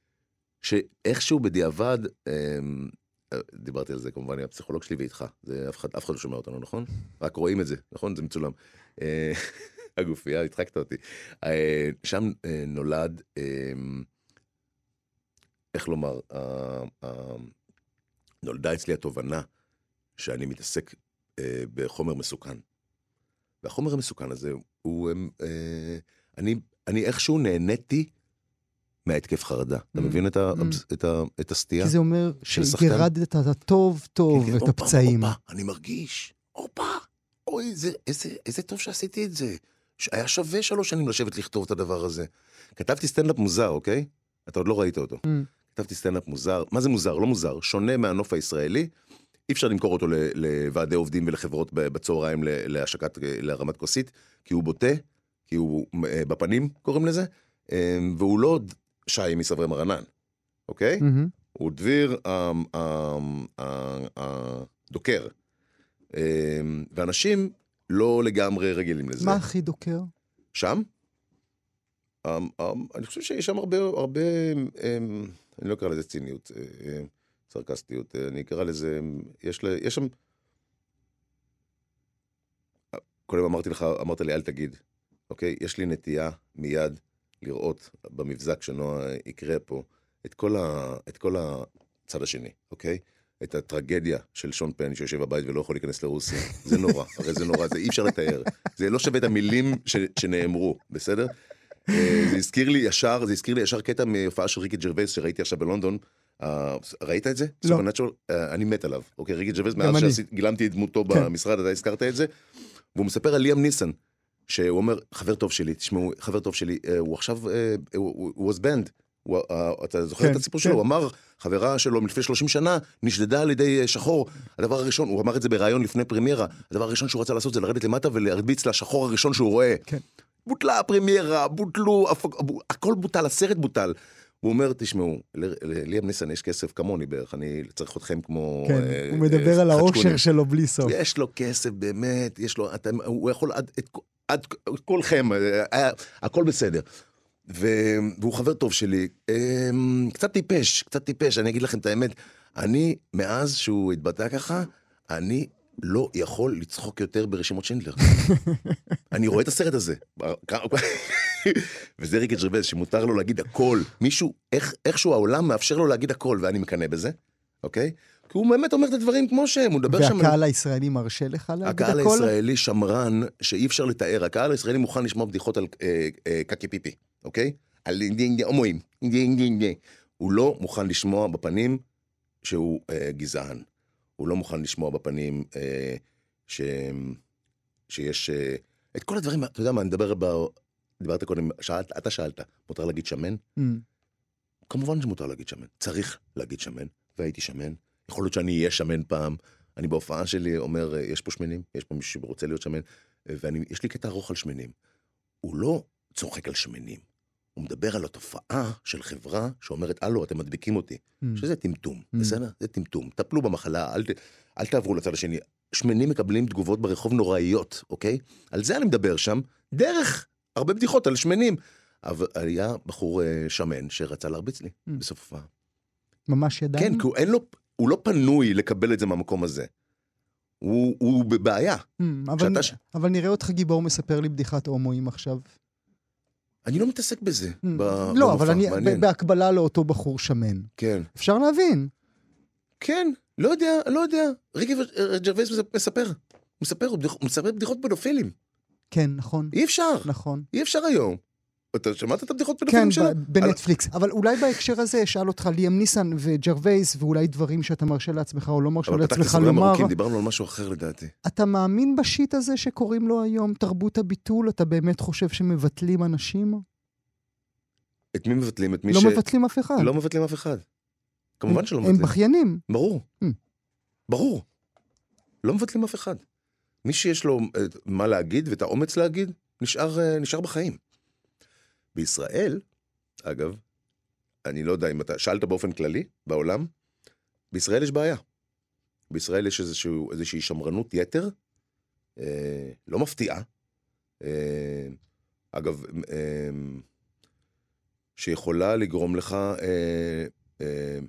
D: שאיכשהו בדיעבד, אה, דיברתי על זה כמובן עם הפסיכולוג שלי ואיתך, זה אף אחד, אף אחד לא שומע אותנו, נכון? רק רואים את זה, נכון? זה מצולם. אה, הגופייה, התחקת אותי. אה, שם אה, נולד, אה, איך לומר, אה, אה, נולדה אצלי התובנה שאני מתעסק אה, בחומר מסוכן. והחומר המסוכן הזה הוא, אה, אני, אני איכשהו נהניתי מההתקף חרדה. אתה מבין את הסטייה?
C: כי זה אומר שגרדת את הטוב טוב ואת הפצעים.
D: הופה, אני מרגיש, הופה, אוי, איזה טוב שעשיתי את זה. היה שווה שלוש שנים לשבת לכתוב את הדבר הזה. כתבתי סטנדאפ מוזר, אוקיי? אתה עוד לא ראית אותו. כתבתי סטנדאפ מוזר. מה זה מוזר? לא מוזר. שונה מהנוף הישראלי. אי אפשר למכור אותו לוועדי עובדים ולחברות בצהריים להשקת, להרמת כוסית, כי הוא בוטה, כי הוא בפנים, קוראים לזה, והוא לא שי מסברי מרנן, אוקיי? הוא דביר הדוקר. ואנשים לא לגמרי רגילים לזה.
C: מה הכי דוקר?
D: שם? אני חושב שיש שם הרבה, הרבה, אני לא אקרא לזה ציניות, סרקסטיות, אני אקרא לזה, יש, לה, יש שם, קודם אמרתי לך, אמרת לי, אל תגיד, אוקיי? יש לי נטייה מיד לראות במבזק שנוע יקרה פה, את כל, ה, את כל הצד השני, אוקיי? את הטרגדיה של שון פן שיושב בבית ולא יכול להיכנס לרוסיה. זה נורא, הרי זה נורא, זה אי אפשר לתאר. זה לא שווה את המילים ש, שנאמרו, בסדר? זה הזכיר לי ישר, זה הזכיר לי ישר קטע מהופעה של ריקי ג'רווייס שראיתי עכשיו בלונדון. ראית את זה?
C: לא.
D: אני מת עליו. אוקיי, ריקי ג'רווייס, מאז שגילמתי את דמותו במשרד, אתה הזכרת את זה, והוא מספר על ליאם ניסן, שהוא אומר, חבר טוב שלי, תשמעו, חבר טוב שלי, הוא עכשיו, הוא was banned, אתה זוכר את הסיפור שלו? הוא אמר, חברה שלו מלפני שלושים שנה, נשדדה על ידי שחור. הדבר הראשון, הוא אמר את זה ברעיון לפני פרמיירה, הדבר הראשון שהוא רצה לעשות זה לרדת למטה ולהרביץ לשחור הראשון שהוא רואה. בוטלה הפרמיירה, בוטלו, הכל בוטל, הסרט בוטל. הוא אומר, תשמעו, ליאם ניסן יש כסף כמוני בערך, אני צריך אתכם כמו...
C: כן, הוא מדבר על האושר שלו בלי סוף.
D: יש לו כסף באמת, יש לו, הוא יכול עד כולכם, הכל בסדר. והוא חבר טוב שלי, קצת טיפש, קצת טיפש, אני אגיד לכם את האמת, אני, מאז שהוא התבטא ככה, אני לא יכול לצחוק יותר ברשימות שינדלר. אני רואה את הסרט הזה. וזה ריקי ג'רווייס, שמותר לו להגיד הכל. מישהו, איכשהו העולם מאפשר לו להגיד הכל, ואני מקנא בזה, אוקיי? כי הוא באמת אומר את הדברים כמו שהם, הוא מדבר שם...
C: והקהל הישראלי מרשה לך להגיד הכל?
D: הקהל הישראלי שמרן, שאי אפשר לתאר. הקהל הישראלי מוכן לשמוע בדיחות על קקי פיפי, אוקיי? על הומואים. הוא לא מוכן לשמוע בפנים שהוא גזען. הוא לא מוכן לשמוע בפנים ש... שיש... את כל הדברים, אתה יודע מה, אני מדבר... דיברת קודם, שאלת, אתה שאלת, מותר להגיד שמן? כמובן שמותר להגיד שמן. צריך להגיד שמן, והייתי שמן. יכול להיות שאני אהיה שמן פעם. אני בהופעה שלי אומר, יש פה שמנים, יש פה מישהו שרוצה להיות שמן, ויש לי קטע ארוך על שמנים. הוא לא צוחק על שמנים. הוא מדבר על התופעה של חברה שאומרת, אלו, אתם מדביקים אותי. שזה טמטום, בסדר? זה טמטום. טפלו במחלה, אל, אל תעברו לצד השני. שמנים מקבלים תגובות ברחוב נוראיות, אוקיי? על זה אני מדבר שם, דרך הרבה בדיחות על שמנים. אבל היה בחור שמן שרצה להרביץ לי בסוף הופעה.
C: ממש ידענו?
D: כן, כי הוא, אין לו, הוא לא פנוי לקבל את זה מהמקום הזה. הוא, הוא בבעיה.
C: אבל, ש... אבל נראה אותך גיבור מספר לי בדיחת הומואים עכשיו.
D: אני לא מתעסק בזה.
C: לא, אבל אני, בהקבלה לאותו בחור שמן.
D: כן.
C: אפשר להבין.
D: כן, לא יודע, לא יודע. ריקי ג'רווייס מספר. מספר, הוא מספר בדיחות פדופילים.
C: כן, נכון.
D: אי אפשר.
C: נכון.
D: אי אפשר היום. אתה שמעת את הבדיחות פדופילים שלו?
C: כן, בנטפליקס. אבל אולי בהקשר הזה אשאל אותך ליאם ניסן וג'רווייס, ואולי דברים שאתה מרשה לעצמך או לא מרשה לעצמך לומר.
D: דיברנו על משהו אחר לדעתי.
C: אתה מאמין בשיט הזה שקוראים לו היום תרבות הביטול? אתה באמת חושב שמבטלים אנשים?
D: את מי מבטלים? את מי ש...
C: לא מבטלים אף אחד.
D: לא מבטלים אף אחד. כמובן שלא מבטלים.
C: הם בחיינים.
D: ברור. ברור. לא מבטלים אף אחד. מי שיש לו מה להגיד ואת האומץ להגיד, נשאר, נשאר בחיים. בישראל, אגב, אני לא יודע אם אתה שאלת באופן כללי בעולם, בישראל יש בעיה. בישראל יש איזשהו, איזושהי שמרנות יתר, אה, לא מפתיעה. אה, אגב, אה, שיכולה לגרום לך, אה, אה,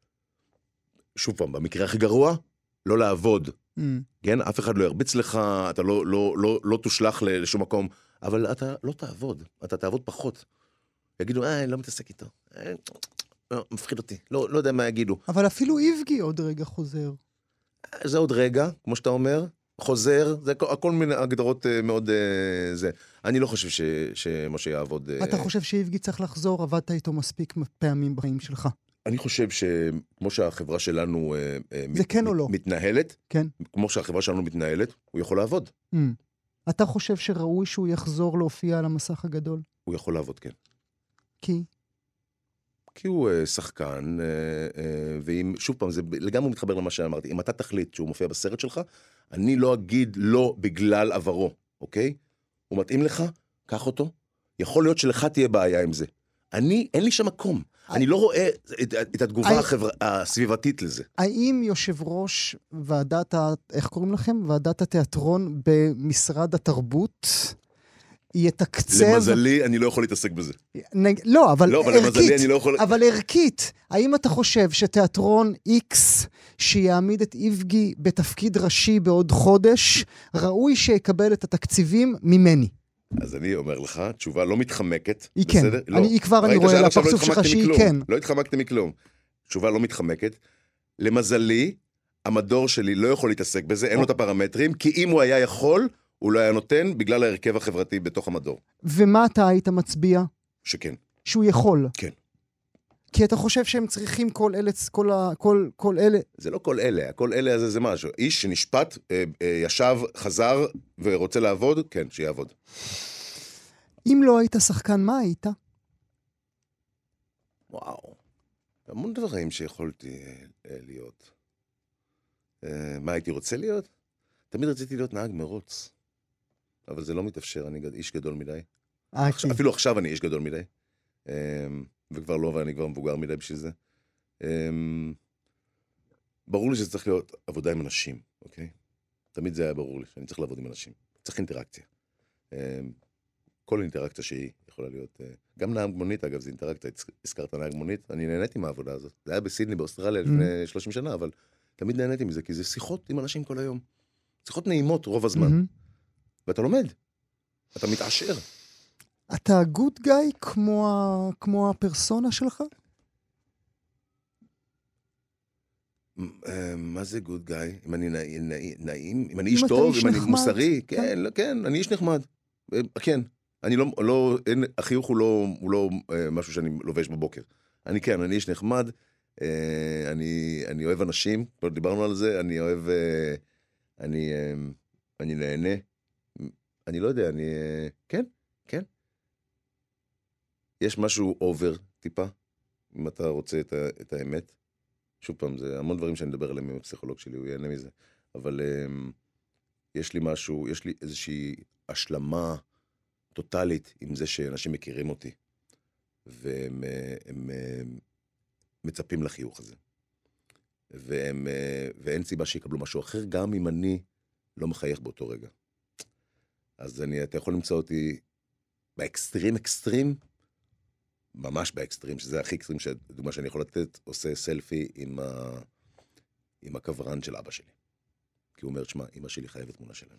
D: שוב פעם, במקרה הכי גרוע, לא לעבוד. Mm. כן? אף אחד לא ירביץ לך, אתה לא, לא, לא, לא תושלח לשום מקום, אבל אתה לא תעבוד, אתה תעבוד פחות. יגידו, אה, אני לא מתעסק איתו. אה, לא, מפחיד אותי, לא, לא יודע מה יגידו.
C: אבל אפילו איבגי עוד רגע חוזר.
D: זה עוד רגע, כמו שאתה אומר, חוזר, זה הכל מיני הגדרות מאוד זה. אני לא חושב ש, שמשה יעבוד...
C: אתה חושב שאיבגי צריך לחזור, עבדת איתו מספיק פעמים בחיים שלך?
D: אני חושב שכמו שהחברה שלנו
C: זה
D: מת,
C: כן או לא?
D: מתנהלת,
C: כן.
D: כמו שהחברה שלנו מתנהלת, הוא יכול לעבוד.
C: Mm. אתה חושב שראוי שהוא יחזור להופיע על המסך הגדול?
D: הוא יכול לעבוד, כן.
C: כי?
D: כי הוא uh, שחקן, uh, uh, ואם, שוב פעם, זה לגמרי מתחבר למה שאמרתי, אם אתה תחליט שהוא מופיע בסרט שלך, אני לא אגיד לא בגלל עברו, אוקיי? הוא מתאים לך, קח אותו, יכול להיות שלך תהיה בעיה עם זה. אני, אין לי שם מקום. אני לא רואה את, את התגובה החבר... הסביבתית לזה.
C: האם יושב ראש ועדת, איך קוראים לכם? ועדת התיאטרון במשרד התרבות יתקצב...
D: למזלי, אני לא יכול להתעסק בזה.
C: נג... לא, אבל
D: לא, אבל
C: ערכית.
D: למזלי, אני לא יכול...
C: אבל ערכית. האם אתה חושב שתיאטרון X שיעמיד את איבגי בתפקיד ראשי בעוד חודש, ראוי שיקבל את התקציבים ממני?
D: אז אני אומר לך, תשובה לא מתחמקת.
C: היא כן.
D: לא.
C: אני, כבר אני רואה על הפרצוף שלך שהיא כן.
D: לא התחמקתי מכלום. תשובה לא מתחמקת. למזלי, המדור שלי לא יכול להתעסק בזה, אין לו את הפרמטרים, כי אם הוא היה יכול, הוא לא היה נותן בגלל ההרכב החברתי בתוך המדור.
C: ומה אתה היית מצביע?
D: שכן.
C: שהוא יכול?
D: כן.
C: כי אתה חושב שהם צריכים כל אלה, כל, כל, כל אלה...
D: זה לא כל אלה, כל אלה הזה זה משהו. איש שנשפט, אה, אה, ישב, חזר ורוצה לעבוד, כן, שיעבוד.
C: אם לא היית שחקן, מה היית?
D: וואו. המון דברים שיכולתי אה, להיות. אה, מה הייתי רוצה להיות? תמיד רציתי להיות נהג מרוץ. אבל זה לא מתאפשר, אני איש גדול מדי. עכשיו, אפילו עכשיו אני איש גדול מדי. אה, וכבר לא, ואני כבר מבוגר מדי בשביל זה. ברור לי שזה צריך להיות עבודה עם אנשים, אוקיי? תמיד זה היה ברור לי, שאני צריך לעבוד עם אנשים. צריך אינטראקציה. כל אינטראקציה שהיא יכולה להיות... גם נהג מונית, אגב, זה אינטראקציה. הזכרת נהג מונית, אני נהניתי מהעבודה הזאת. זה היה בסידני, באוסטרליה, לפני שלושים שנה, אבל תמיד נהניתי מזה, כי זה שיחות עם אנשים כל היום. שיחות נעימות רוב הזמן. ואתה לומד. אתה מתעשר.
C: אתה גוד גאי כמו, כמו הפרסונה שלך?
D: מה זה גוד גאי? אם אני נעים, אם אני איש טוב, אם אני מוסרי, כן, כן, אני איש נחמד. כן, אני לא, לא, החיוך הוא לא, הוא לא משהו שאני לובש בבוקר. אני כן, אני איש נחמד, אני, אני אוהב אנשים, כבר דיברנו על זה, אני אוהב, אני, אני נהנה, אני לא יודע, אני, כן, כן. יש משהו אובר טיפה, אם אתה רוצה את, ה, את האמת. שוב פעם, זה המון דברים שאני מדבר עליהם עם הפסיכולוג שלי, הוא יענה מזה. אבל um, יש לי משהו, יש לי איזושהי השלמה טוטלית עם זה שאנשים מכירים אותי, והם הם, הם מצפים לחיוך הזה. והם, ואין סיבה שיקבלו משהו אחר, גם אם אני לא מחייך באותו רגע. אז אני, אתה יכול למצוא אותי באקסטרים אקסטרים, ממש באקסטרים, שזה הכי אקסטרים, דוגמה שאני יכול לתת, עושה סלפי עם, ה... עם הקברן של אבא שלי. כי הוא אומר, שמה, אמא שלי חייבת תמונה שלנו.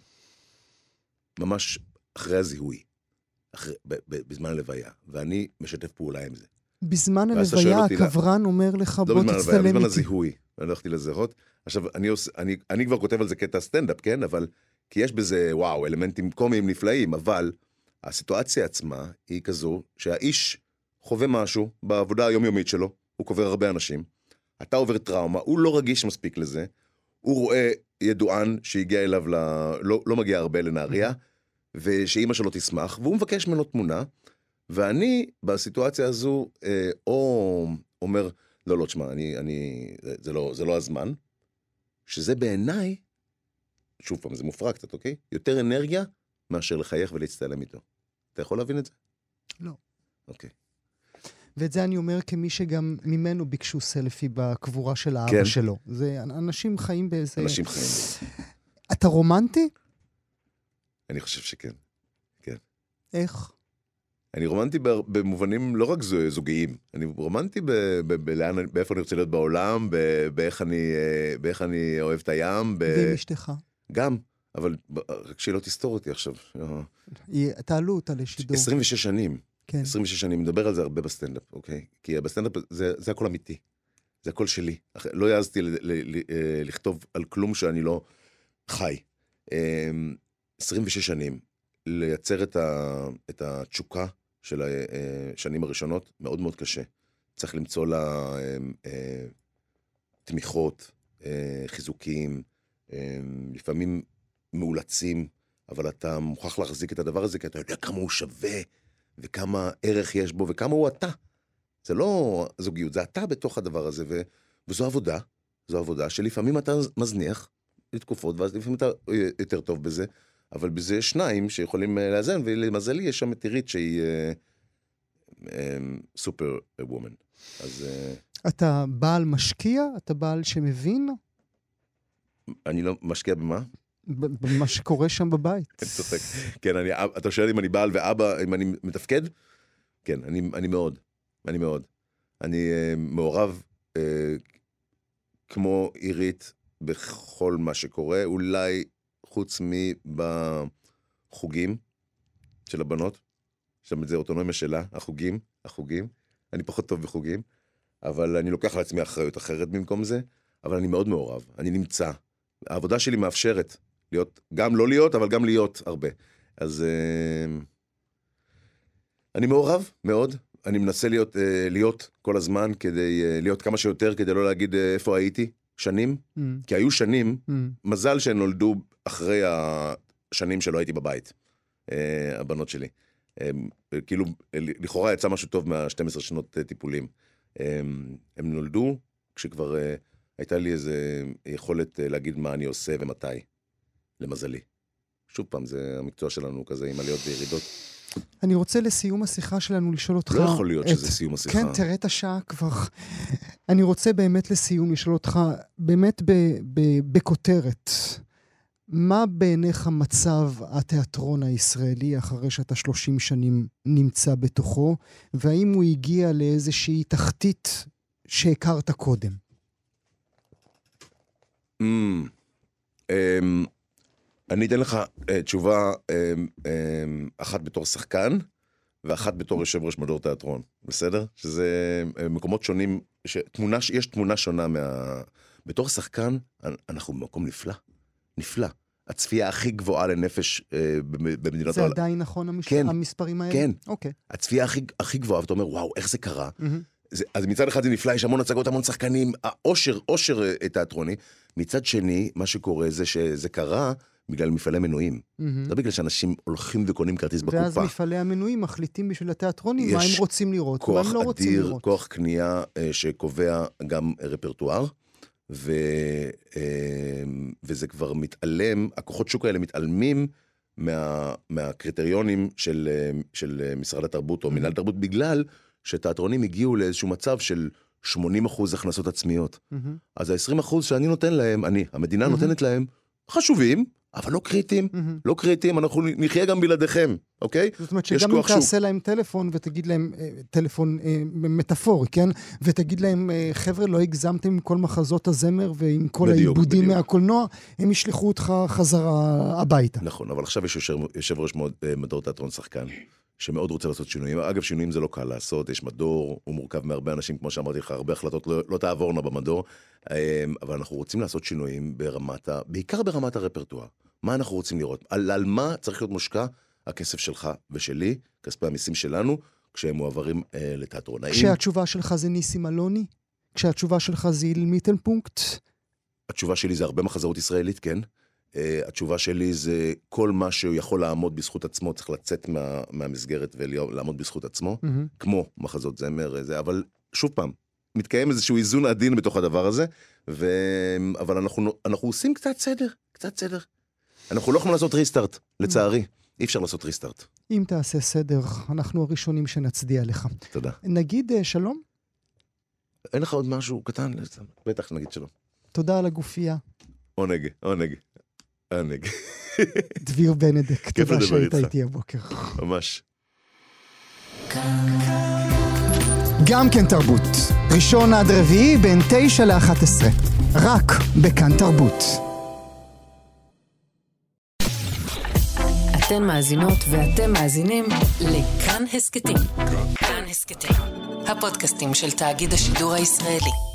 D: ממש אחרי הזיהוי, אחרי, ב, ב, בזמן הלוויה, ואני משתף פעולה עם זה.
C: בזמן הלוויה, הקברן לה... אומר לך,
D: לא
C: בוא תצטלם איתי. לא
D: בזמן הזיהוי, אני הלכתי לזהות. עכשיו, אני, עוש... אני, אני כבר כותב על זה קטע סטנדאפ, כן? אבל, כי יש בזה, וואו, אלמנטים קומיים נפלאים, אבל הסיטואציה עצמה היא כזו שהאיש חווה משהו בעבודה היומיומית שלו, הוא קובר הרבה אנשים, אתה עובר טראומה, הוא לא רגיש מספיק לזה, הוא רואה ידוען שהגיע אליו, ל... לא, לא מגיע הרבה לנהריה, ושאימא שלו תשמח, והוא מבקש ממנו תמונה, ואני בסיטואציה הזו, אה, או אומר, לא, לא, תשמע, אני, אני, זה לא, זה לא הזמן, שזה בעיניי, שוב פעם, זה מופרע קצת, אוקיי? יותר אנרגיה מאשר לחייך ולהצטלם איתו. אתה יכול להבין את זה?
C: לא.
D: אוקיי.
C: ואת זה אני אומר כמי שגם ממנו ביקשו סלפי בקבורה של האבא
D: כן.
C: שלו. זה אנשים חיים באיזה...
D: אנשים חיים.
C: אתה רומנטי?
D: אני חושב שכן. כן.
C: איך?
D: אני רומנטי במובנים לא רק זוגיים. אני רומנטי ב- ב- ב- לאן, באיפה אני רוצה להיות בעולם, ב- באיך אני, באיך אני אוהב את הים. ב-
C: ועם אשתך?
D: גם, אבל רק שהיא לא תסתור אותי עכשיו.
C: תעלו אותה לשידור.
D: עשרים ושש שנים.
C: כן.
D: עשרים ושש שנים, מדבר על זה הרבה בסטנדאפ, אוקיי? כי בסטנדאפ זה, זה הכל אמיתי. זה הכל שלי. לא יעזתי ל- ל- ל- לכתוב על כלום שאני לא חי. עשרים ושש שנים, לייצר את, ה, את התשוקה של השנים הראשונות, מאוד מאוד קשה. צריך למצוא לה תמיכות, חיזוקים, לפעמים מאולצים, אבל אתה מוכרח להחזיק את הדבר הזה, כי אתה יודע כמה הוא שווה, וכמה ערך יש בו, וכמה הוא אתה. זה לא זוגיות, זה אתה בתוך הדבר הזה, ו, וזו עבודה, זו עבודה שלפעמים אתה מזניח לתקופות, ואז לפעמים אתה יותר טוב בזה, אבל בזה יש שניים שיכולים לאזן, ולמזלי יש שם את עירית שהיא סופר וומן. אז...
C: אתה בעל משקיע? אתה בעל שמבין?
D: אני לא משקיע במה?
C: במה שקורה שם בבית.
D: אני צוחק. כן, אני, אתה שואל אם אני בעל ואבא, אם אני מתפקד? כן, אני, אני מאוד. אני מאוד. אני uh, מעורב uh, כמו עירית בכל מה שקורה, אולי חוץ מבחוגים של הבנות, שם את זה אוטונומיה שלה, החוגים, החוגים. אני פחות טוב בחוגים, אבל אני לוקח לעצמי אחריות אחרת במקום זה, אבל אני מאוד מעורב, אני נמצא. העבודה שלי מאפשרת להיות, גם לא להיות, אבל גם להיות הרבה. אז uh, אני מעורב מאוד, אני מנסה להיות, uh, להיות כל הזמן, כדי uh, להיות כמה שיותר, כדי לא להגיד uh, איפה הייתי, שנים, mm. כי היו שנים, mm. מזל שהן נולדו אחרי השנים שלא הייתי בבית, uh, הבנות שלי. Uh, כאילו, לכאורה יצא משהו טוב מה-שתים עשרה שנות uh, טיפולים. Uh, הם נולדו כשכבר uh, הייתה לי איזו יכולת uh, להגיד מה אני עושה ומתי, למזלי. שוב פעם, זה המקצוע שלנו כזה, עם עליות וירידות.
C: אני רוצה לסיום השיחה שלנו לשאול אותך...
D: לא יכול להיות את... שזה סיום השיחה.
C: כן, תראה את השעה כבר. אני רוצה באמת לסיום לשאול אותך, באמת ב- ב- בכותרת, מה בעיניך מצב התיאטרון הישראלי אחרי שאתה שלושים שנים נמצא בתוכו, והאם הוא הגיע לאיזושהי תחתית שהכרת קודם?
D: Mm, um, אני אתן לך uh, תשובה um, um, אחת בתור שחקן, ואחת בתור יושב ראש מדור תיאטרון, בסדר? שזה uh, מקומות שונים, שתמונה, יש תמונה שונה מה... בתור שחקן, אנחנו במקום נפלא, נפלא. הצפייה הכי גבוהה לנפש uh, במדינת...
C: זה עדיין נכון המש...
D: כן,
C: המספרים האלה?
D: כן,
C: אוקיי.
D: הצפייה הכי, הכי גבוהה, ואתה אומר, וואו, איך זה קרה? Mm-hmm. זה, אז מצד אחד זה נפלא, יש המון הצגות, המון שחקנים, האושר, אושר תיאטרוני. מצד שני, מה שקורה זה שזה קרה בגלל מפעלי מנויים. Mm-hmm. לא בגלל שאנשים הולכים וקונים כרטיס בקופה.
C: ואז מפעלי המנויים מחליטים בשביל התיאטרונים, מה הם רוצים לראות, מה הם לא רוצים
D: אדיר,
C: לראות.
D: כוח קנייה uh, שקובע גם רפרטואר, ו, uh, וזה כבר מתעלם, הכוחות שוק האלה מתעלמים מה, מהקריטריונים של, uh, של uh, משרד התרבות או mm-hmm. מנהל תרבות, בגלל שתיאטרונים הגיעו לאיזשהו מצב של שמונים אחוז הכנסות עצמיות. Mm-hmm. אז ה-עשרים אחוז שאני נותן להם, אני, המדינה mm-hmm. נותנת להם, חשובים, אבל לא קריטיים, mm-hmm. לא קריטיים, אנחנו נחיה גם בלעדיכם, אוקיי?
C: זאת אומרת שגם אם תעשה להם טלפון, ותגיד להם, טלפון אה, מטאפורי, כן? ותגיד להם, אה, חבר'ה, לא הגזמתם עם כל מחזות הזמר, ועם כל בדיוק, העיבודים בדיוק. מהקולנוע, הם ישלחו אותך חזרה הביתה.
D: נכון, אבל עכשיו יש יושב, יושב ראש מדור תיאטרון שחקן, שמאוד רוצה לעשות שינויים. אגב, שינויים זה לא קל לעשות, יש מדור, הוא מורכב מהרבה אנשים, כמו שאמרתי לך, הרבה החלטות לא, לא תעבורנה במדור, אבל אנחנו רוצים לעשות שינויים ברמת, בעיקר ברמת הרפרטואר. מה אנחנו רוצים לראות? על, על מה צריך להיות מושקע הכסף שלך ושלי, כספי המיסים שלנו, כשהם מועברים אה, לתיאטרון.
C: כשהתשובה שלך זה ניסים אלוני? כשהתשובה שלך זה איל מיטלפונקט?
D: התשובה שלי זה הרבה מחזרות ישראלית, כן. Uh, התשובה שלי זה כל מה שהוא יכול לעמוד בזכות עצמו, צריך לצאת מה, מהמסגרת ולעמוד בזכות עצמו, mm-hmm. כמו מחזות זמר, זה, אבל שוב פעם, מתקיים איזשהו איזון עדין בתוך הדבר הזה, ו... אבל אנחנו, אנחנו עושים קצת סדר, קצת סדר. אנחנו לא יכולים לעשות ריסטארט, לצערי. אי אפשר לעשות ריסטארט.
C: אם תעשה סדר, אנחנו הראשונים שנצדיע לך.
D: תודה.
C: נגיד שלום?
D: אין לך עוד משהו קטן? בטח נגיד שלום.
C: תודה על הגופייה.
D: עונג, עונג. עונג.
C: דביר בנדק, תודה שהיית איתי הבוקר.
D: ממש.
C: גם כן תרבות. ראשון עד רביעי בין תשע לאחת עשרה. רק בכאן תרבות.
A: אתן מאזינות ואתם מאזינים לכאן הסקטים. כאן הסקטים. הפודקאסטים של תאגיד השידור הישראלי.